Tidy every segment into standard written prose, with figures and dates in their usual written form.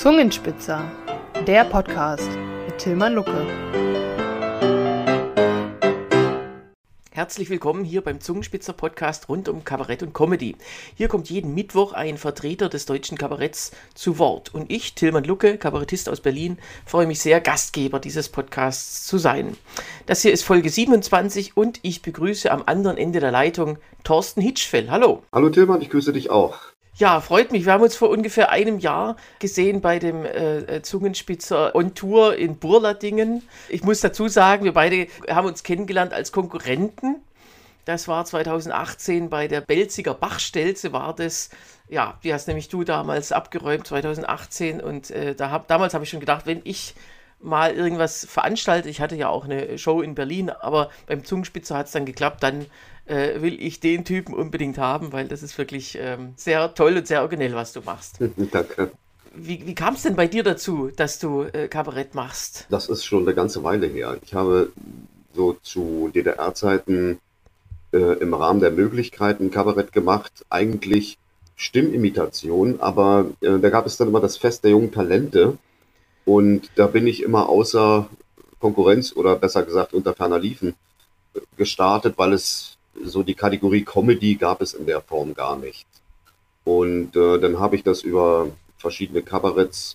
Zungenspitzer, der Podcast mit Tilman Lucke. Herzlich willkommen hier beim Zungenspitzer Podcast rund um Kabarett und Comedy. Hier kommt jeden Mittwoch ein Vertreter des deutschen Kabaretts zu Wort. Und ich, Tilman Lucke, Kabarettist aus Berlin, freue mich sehr, Gastgeber dieses Podcasts zu sein. Das hier ist Folge 27 und ich begrüße am anderen Ende der Leitung Thorsten Hitschfeld. Hallo. Hallo Tilman, ich grüße dich auch. Ja, freut mich. Wir haben uns vor ungefähr einem Jahr gesehen bei dem Zungenspitzer on Tour in Burladingen. Ich muss dazu sagen, wir beide haben uns kennengelernt als Konkurrenten. Das war 2018 bei der Belziger Bachstelze war das. Ja, die hast nämlich du damals abgeräumt, 2018. Und damals habe ich schon gedacht, wenn ich mal irgendwas veranstalte, ich hatte ja auch eine Show in Berlin, aber beim Zungenspitzer hat es dann geklappt, dann will ich den Typen unbedingt haben, weil das ist wirklich sehr toll und sehr originell, was du machst. Danke. Wie kam es denn bei dir dazu, dass du Kabarett machst? Das ist schon eine ganze Weile her. Ich habe so zu DDR-Zeiten im Rahmen der Möglichkeiten Kabarett gemacht, eigentlich Stimmimitation, aber da gab es dann immer das Fest der jungen Talente und da bin ich immer außer Konkurrenz oder besser gesagt unter ferner Liefen gestartet, weil es so die Kategorie Comedy gab es in der Form gar nicht. Und dann habe ich das über verschiedene Kabaretts,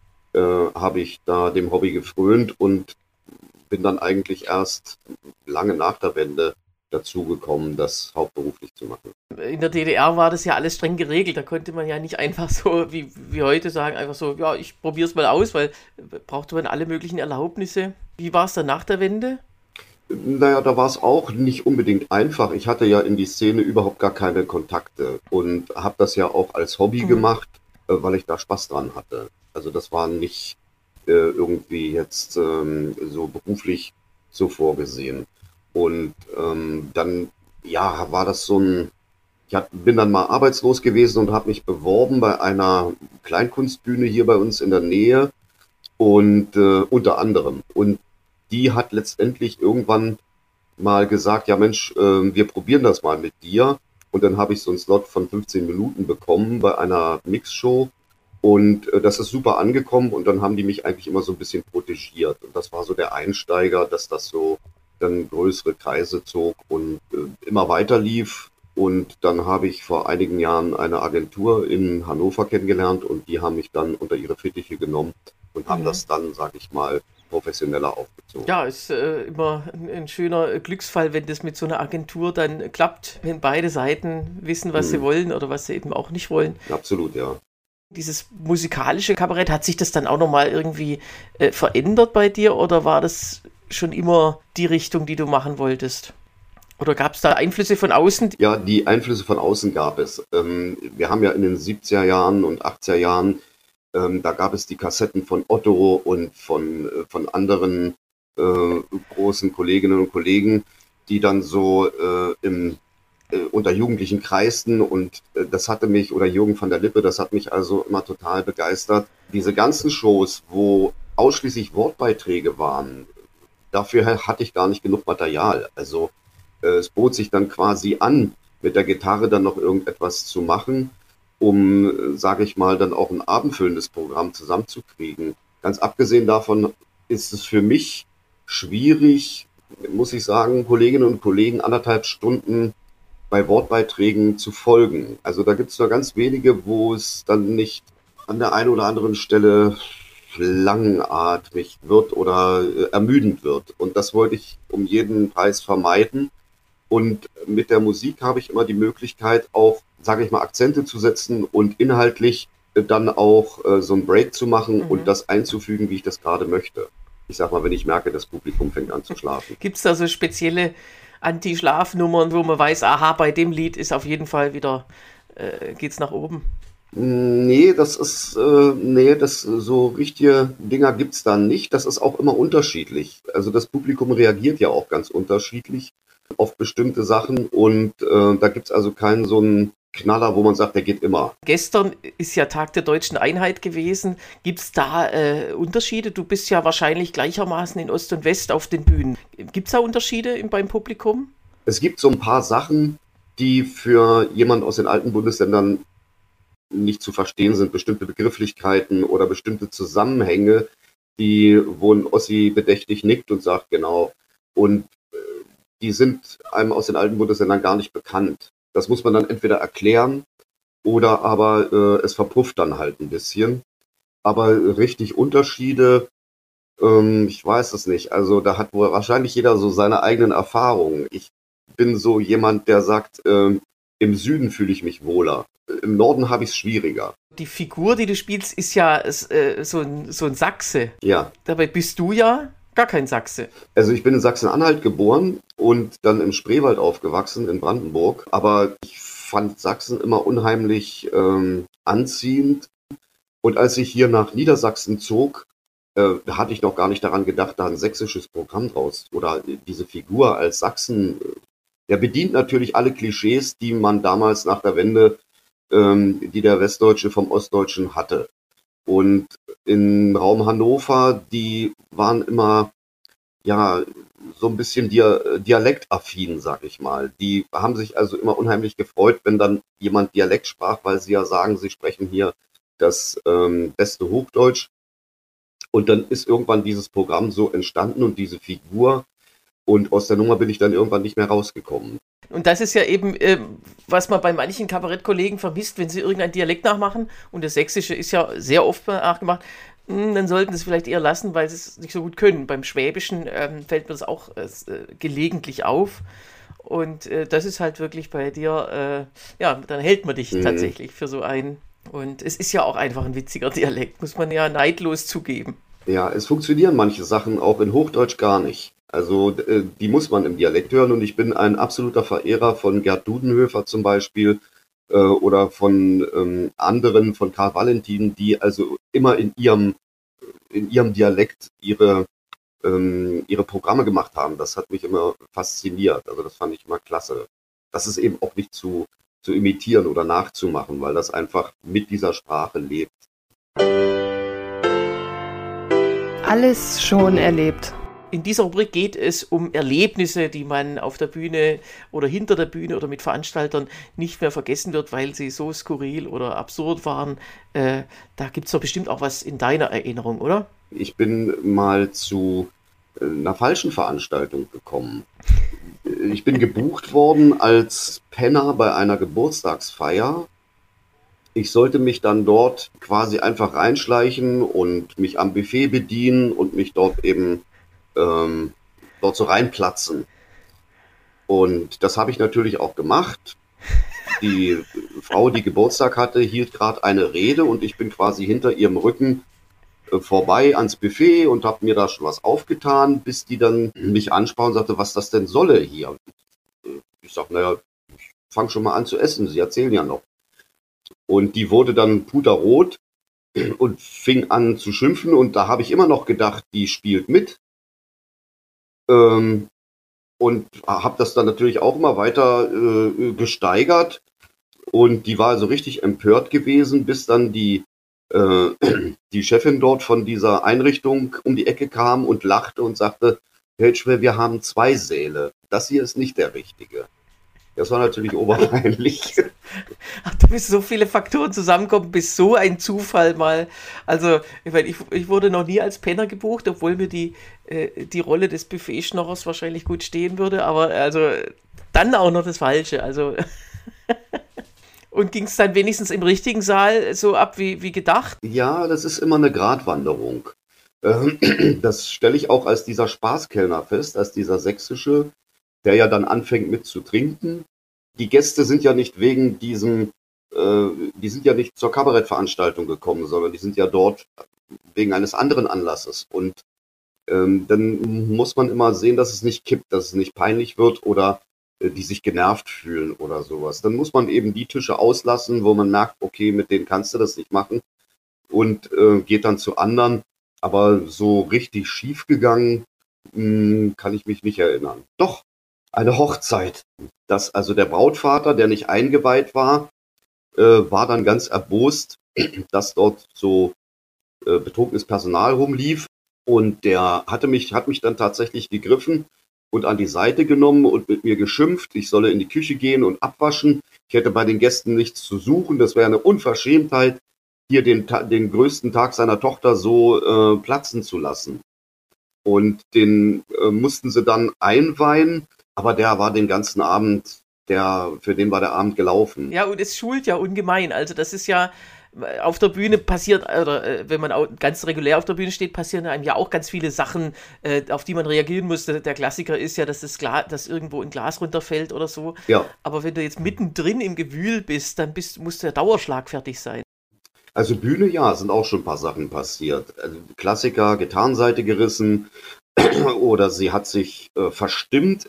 habe ich da dem Hobby gefrönt und bin dann eigentlich erst lange nach der Wende dazu gekommen, das hauptberuflich zu machen. In der DDR war das ja alles streng geregelt. Da konnte man ja nicht einfach so wie heute sagen, einfach so, ja, ich probiere es mal aus, weil brauchte man alle möglichen Erlaubnisse. Wie war es dann nach der Wende? Naja, da war es auch nicht unbedingt einfach. Ich hatte ja in die Szene überhaupt gar keine Kontakte und habe das ja auch als Hobby gemacht, weil ich da Spaß dran hatte. Also das war nicht irgendwie jetzt so beruflich so vorgesehen. Und dann, ja, war das so ein, bin dann mal arbeitslos gewesen und habe mich beworben bei einer Kleinkunstbühne hier bei uns in der Nähe und unter anderem. Und die hat letztendlich irgendwann mal gesagt, ja Mensch, wir probieren das mal mit dir. Und dann habe ich so einen Slot von 15 Minuten bekommen bei einer Mixshow. Und das ist super angekommen und dann haben die mich eigentlich immer so ein bisschen protegiert. Und das war so der Einsteiger, dass das so dann größere Kreise zog und immer weiter lief. Und dann habe ich vor einigen Jahren eine Agentur in Hannover kennengelernt und die haben mich dann unter ihre Fittiche genommen und haben das dann, sag ich mal, professioneller aufgezogen. Ja, ist immer ein schöner Glücksfall, wenn das mit so einer Agentur dann klappt, wenn beide Seiten wissen, was sie wollen oder was sie eben auch nicht wollen. Absolut, ja. Dieses musikalische Kabarett, hat sich das dann auch nochmal irgendwie verändert bei dir oder war das schon immer die Richtung, die du machen wolltest? Oder gab es da Einflüsse von außen? Ja, die Einflüsse von außen gab es. Wir haben ja in den 70er Jahren und 80er Jahren da gab es die Kassetten von Otto und von anderen großen Kolleginnen und Kollegen, die dann so unter Jugendlichen kreisten und das hatte mich, oder Jürgen van der Lippe, das hat mich also immer total begeistert. Diese ganzen Shows, wo ausschließlich Wortbeiträge waren, dafür hatte ich gar nicht genug Material. Also es bot sich dann quasi an, mit der Gitarre dann noch irgendetwas zu machen, um, sage ich mal, dann auch ein abendfüllendes Programm zusammenzukriegen. Ganz abgesehen davon ist es für mich schwierig, muss ich sagen, Kolleginnen und Kollegen 1,5 Stunden bei Wortbeiträgen zu folgen. Also da gibt es nur ganz wenige, wo es dann nicht an der einen oder anderen Stelle langatmig wird oder ermüdend wird. Und das wollte ich um jeden Preis vermeiden. Und mit der Musik habe ich immer die Möglichkeit, auch, sage ich mal, Akzente zu setzen und inhaltlich dann auch so einen Break zu machen und das einzufügen, wie ich das gerade möchte. Ich sag mal, wenn ich merke, das Publikum fängt an zu schlafen. Gibt es da so spezielle Anti-Schlafnummern, wo man weiß, aha, bei dem Lied ist auf jeden Fall wieder, geht's nach oben? Nee, so richtige Dinger gibt's da nicht. Das ist auch immer unterschiedlich. Also das Publikum reagiert ja auch ganz unterschiedlich auf bestimmte Sachen und da gibt's also keinen so einen Knaller, wo man sagt, der geht immer. Gestern ist ja Tag der Deutschen Einheit gewesen. Gibt's da Unterschiede? Du bist ja wahrscheinlich gleichermaßen in Ost und West auf den Bühnen. Gibt's da Unterschiede beim Publikum? Es gibt so ein paar Sachen, die für jemanden aus den alten Bundesländern nicht zu verstehen sind, bestimmte Begrifflichkeiten oder bestimmte Zusammenhänge, wo ein Ossi bedächtig nickt und sagt, genau. Und die sind einem aus den alten Bundesländern gar nicht bekannt. Das muss man dann entweder erklären oder aber es verpufft dann halt ein bisschen. Aber richtig Unterschiede, ich weiß es nicht. Also da hat wohl wahrscheinlich jeder so seine eigenen Erfahrungen. Ich bin so jemand, der sagt, im Süden fühle ich mich wohler. Im Norden habe ich es schwieriger. Die Figur, die du spielst, ist ja so ein Sachse. Ja. Dabei bist du ja gar kein Sachse. Also ich bin in Sachsen-Anhalt geboren und dann im Spreewald aufgewachsen, in Brandenburg. Aber ich fand Sachsen immer unheimlich anziehend. Und als ich hier nach Niedersachsen zog, hatte ich noch gar nicht daran gedacht, da ein sächsisches Programm draus oder diese Figur als Sachsen. Der bedient natürlich alle Klischees, die man damals nach der Wende, die der Westdeutsche vom Ostdeutschen hatte. Und im Raum Hannover, die waren immer, ja, so ein bisschen dialektaffin, sag ich mal. Die haben sich also immer unheimlich gefreut, wenn dann jemand Dialekt sprach, weil sie ja sagen, sie sprechen hier das beste Hochdeutsch. Und dann ist irgendwann dieses Programm so entstanden und diese Figur. Und aus der Nummer bin ich dann irgendwann nicht mehr rausgekommen. Und das ist ja eben, was man bei manchen Kabarettkollegen vermisst, wenn sie irgendeinen Dialekt nachmachen. Und das Sächsische ist ja sehr oft nachgemacht. Dann sollten sie es vielleicht eher lassen, weil sie es nicht so gut können. Beim Schwäbischen fällt mir das auch gelegentlich auf. Und das ist halt wirklich bei dir, ja, dann hält man dich tatsächlich für so einen. Und es ist ja auch einfach ein witziger Dialekt, muss man ja neidlos zugeben. Ja, es funktionieren manche Sachen auch in Hochdeutsch gar nicht. Also die muss man im Dialekt hören und ich bin ein absoluter Verehrer von Gerd Dudenhöfer zum Beispiel oder von anderen, von Karl Valentin, die also immer in ihrem Dialekt ihre Programme gemacht haben. Das hat mich immer fasziniert. Also das fand ich immer klasse. Das ist eben auch nicht zu imitieren oder nachzumachen, weil das einfach mit dieser Sprache lebt. Alles schon erlebt. In dieser Rubrik geht es um Erlebnisse, die man auf der Bühne oder hinter der Bühne oder mit Veranstaltern nicht mehr vergessen wird, weil sie so skurril oder absurd waren. Da gibt es doch bestimmt auch was in deiner Erinnerung, oder? Ich bin mal zu einer falschen Veranstaltung gekommen. Ich bin gebucht worden als Penner bei einer Geburtstagsfeier. Ich sollte mich dann dort quasi einfach reinschleichen und mich am Buffet bedienen und mich dort eben dort so reinplatzen. Und das habe ich natürlich auch gemacht. Die Frau, die Geburtstag hatte, hielt gerade eine Rede und ich bin quasi hinter ihrem Rücken vorbei ans Buffet und habe mir da schon was aufgetan, bis die dann mich ansprach und sagte, was das denn solle hier. Ich sage, naja, ich fange schon mal an zu essen, Sie erzählen ja noch. Und die wurde dann puterrot und fing an zu schimpfen und da habe ich immer noch gedacht, die spielt mit. Und habe das dann natürlich auch immer weiter gesteigert und die war also richtig empört gewesen, bis dann die Chefin dort von dieser Einrichtung um die Ecke kam und lachte und sagte, Herr Hitschwer, wir haben 2 Säle, das hier ist nicht der richtige. Das war natürlich oberpeinlich. Ach, da müssen so viele Faktoren zusammenkommen, bis so ein Zufall mal. Also, ich wurde noch nie als Penner gebucht, obwohl mir die Rolle des Buffetschnorrers wahrscheinlich gut stehen würde, aber also dann auch noch das Falsche. Also und ging es dann wenigstens im richtigen Saal so ab wie gedacht? Ja, das ist immer eine Gratwanderung. Das stelle ich auch als dieser Spaßkellner fest, als dieser sächsische, der ja dann anfängt mit zu trinken. Die Gäste sind ja nicht wegen die sind ja nicht zur Kabarettveranstaltung gekommen, sondern die sind ja dort wegen eines anderen Anlasses. Und dann muss man immer sehen, dass es nicht kippt, dass es nicht peinlich wird oder die sich genervt fühlen oder sowas. Dann muss man eben die Tische auslassen, wo man merkt, okay, mit denen kannst du das nicht machen und geht dann zu anderen. Aber so richtig schief gegangen kann ich mich nicht erinnern. Doch, eine Hochzeit. Also der Brautvater, der nicht eingeweiht war, war dann ganz erbost, dass dort so betrunkenes Personal rumlief und der hat mich dann tatsächlich gegriffen und an die Seite genommen und mit mir geschimpft, ich solle in die Küche gehen und abwaschen. Ich hätte bei den Gästen nichts zu suchen. Das wäre eine Unverschämtheit, hier den größten Tag seiner Tochter so platzen zu lassen. Und den mussten sie dann einweihen, aber der war den ganzen Abend, für den war der Abend gelaufen. Ja, und es schult ja ungemein. Also das ist ja auf der Bühne passiert, oder wenn man auch ganz regulär auf der Bühne steht, passieren einem ja auch ganz viele Sachen, auf die man reagieren muss. Der Klassiker ist ja, dass irgendwo ein Glas runterfällt oder so. Ja. Aber wenn du jetzt mittendrin im Gewühl bist, dann musst du ja dauerschlagfertig sein. Also Bühne, ja, sind auch schon ein paar Sachen passiert. Also Klassiker, Gitarrenseite gerissen oder sie hat sich verstimmt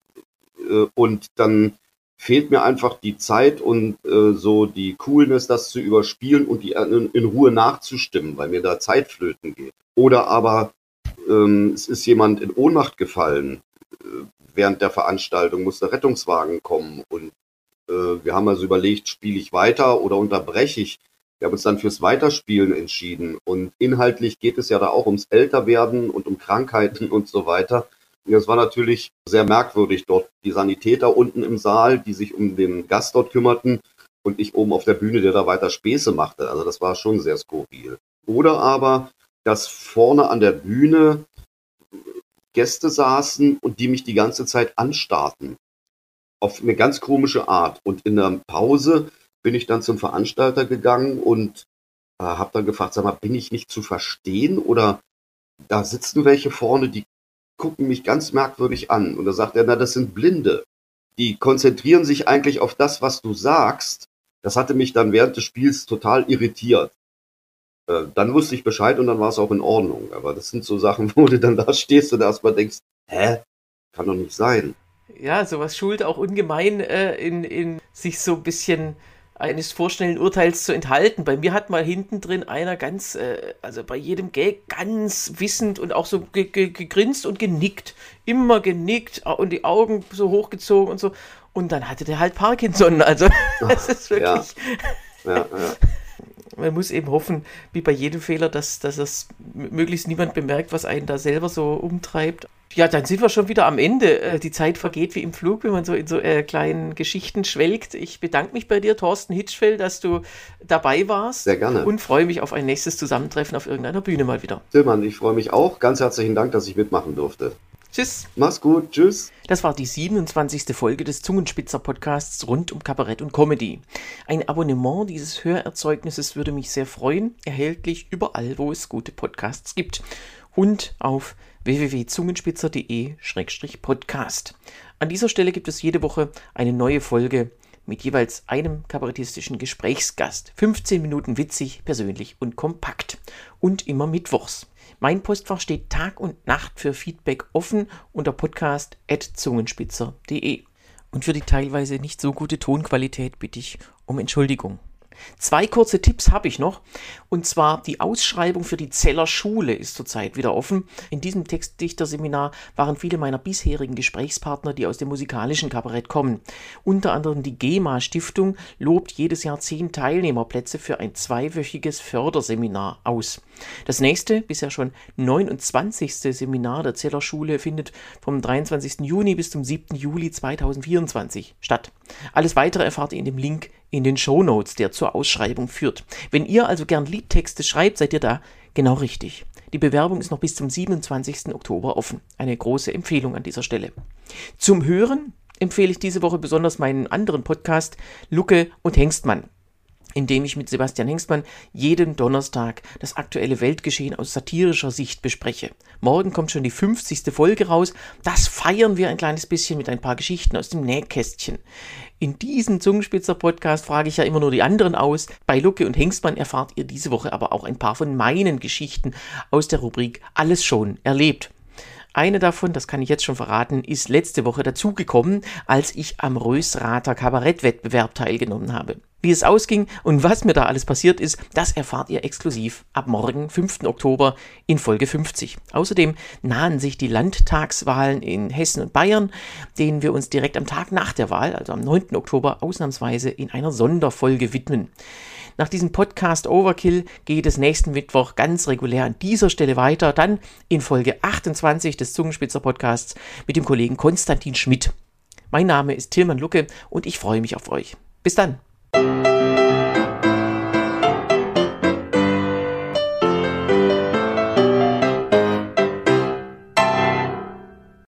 und dann fehlt mir einfach die Zeit und so die Coolness, das zu überspielen und die in Ruhe nachzustimmen, weil mir da Zeit flöten geht. Oder aber es ist jemand in Ohnmacht gefallen während der Veranstaltung, muss der Rettungswagen kommen und wir haben also überlegt, spiele ich weiter oder unterbreche ich. Wir haben uns dann fürs Weiterspielen entschieden und inhaltlich geht es ja da auch ums Älterwerden und um Krankheiten und so weiter. Und das war natürlich sehr merkwürdig dort. Die Sanitäter unten im Saal, die sich um den Gast dort kümmerten und ich oben auf der Bühne, der da weiter Späße machte. Also das war schon sehr skurril. Oder aber, dass vorne an der Bühne Gäste saßen und die mich die ganze Zeit anstarrten. Auf eine ganz komische Art. Und in der Pause bin ich dann zum Veranstalter gegangen und habe dann gefragt, sag mal, bin ich nicht zu verstehen oder da sitzen welche vorne, die gucken mich ganz merkwürdig an. Und da sagt er, na, das sind Blinde. Die konzentrieren sich eigentlich auf das, was du sagst. Das hatte mich dann während des Spiels total irritiert. Dann wusste ich Bescheid und dann war es auch in Ordnung. Aber das sind so Sachen, wo du dann da stehst und erstmal denkst, hä? Kann doch nicht sein. Ja, sowas schult auch ungemein in sich so ein bisschen eines vorschnellen Urteils zu enthalten. Bei mir hat mal hinten drin einer also bei jedem Gag ganz wissend und auch so gegrinst und genickt. Immer genickt und die Augen so hochgezogen und so. Und dann hatte der halt Parkinson. Also das ist wirklich... Ja. Man muss eben hoffen, wie bei jedem Fehler, dass das möglichst niemand bemerkt, was einen da selber so umtreibt. Ja, dann sind wir schon wieder am Ende. Die Zeit vergeht wie im Flug, wenn man so in so kleinen Geschichten schwelgt. Ich bedanke mich bei dir, Thorsten Hitschfeld, dass du dabei warst. Sehr gerne. Und freue mich auf ein nächstes Zusammentreffen auf irgendeiner Bühne mal wieder. Tillmann, ich freue mich auch. Ganz herzlichen Dank, dass ich mitmachen durfte. Tschüss. Mach's gut. Tschüss. Das war die 27. Folge des Zungenspitzer-Podcasts rund um Kabarett und Comedy. Ein Abonnement dieses Hörerzeugnisses würde mich sehr freuen. Erhältlich überall, wo es gute Podcasts gibt. Und auf www.zungenspitzer.de/podcast. An dieser Stelle gibt es jede Woche eine neue Folge mit jeweils einem kabarettistischen Gesprächsgast. 15 Minuten witzig, persönlich und kompakt. Und immer mittwochs. Mein Postfach steht Tag und Nacht für Feedback offen unter podcast@zungenspitzer.de. Und für die teilweise nicht so gute Tonqualität bitte ich um Entschuldigung. 2 kurze Tipps habe ich noch, und zwar die Ausschreibung für die Zeller Schule ist zurzeit wieder offen. In diesem Textdichterseminar waren viele meiner bisherigen Gesprächspartner, die aus dem musikalischen Kabarett kommen. Unter anderem die GEMA-Stiftung lobt jedes Jahr 10 Teilnehmerplätze für ein 2-wöchiges Förderseminar aus. Das nächste, bisher schon 29. Seminar der Zeller Schule findet vom 23. Juni bis zum 7. Juli 2024 statt. Alles Weitere erfahrt ihr in dem Link in den Shownotes, der zur Ausschreibung führt. Wenn ihr also gern Liedtexte schreibt, seid ihr da genau richtig. Die Bewerbung ist noch bis zum 27. Oktober offen. Eine große Empfehlung an dieser Stelle. Zum Hören empfehle ich diese Woche besonders meinen anderen Podcast Lucke und Hengstmann, in dem ich mit Sebastian Hengstmann jeden Donnerstag das aktuelle Weltgeschehen aus satirischer Sicht bespreche. Morgen kommt schon die 50. Folge raus. Das feiern wir ein kleines bisschen mit ein paar Geschichten aus dem Nähkästchen. In diesem Zungenspitzer-Podcast frage ich ja immer nur die anderen aus. Bei Lucke und Hengstmann erfahrt ihr diese Woche aber auch ein paar von meinen Geschichten aus der Rubrik Alles schon erlebt. Eine davon, das kann ich jetzt schon verraten, ist letzte Woche dazugekommen, als ich am Rösrather Kabarettwettbewerb teilgenommen habe. Wie es ausging und was mir da alles passiert ist, das erfahrt ihr exklusiv ab morgen, 5. Oktober, in Folge 50. Außerdem nahen sich die Landtagswahlen in Hessen und Bayern, denen wir uns direkt am Tag nach der Wahl, also am 9. Oktober, ausnahmsweise in einer Sonderfolge widmen. Nach diesem Podcast Overkill geht es nächsten Mittwoch ganz regulär an dieser Stelle weiter, dann in Folge 28 des Zungenspitzer Podcasts mit dem Kollegen Konstantin Schmidt. Mein Name ist Tilman Lucke und ich freue mich auf euch. Bis dann!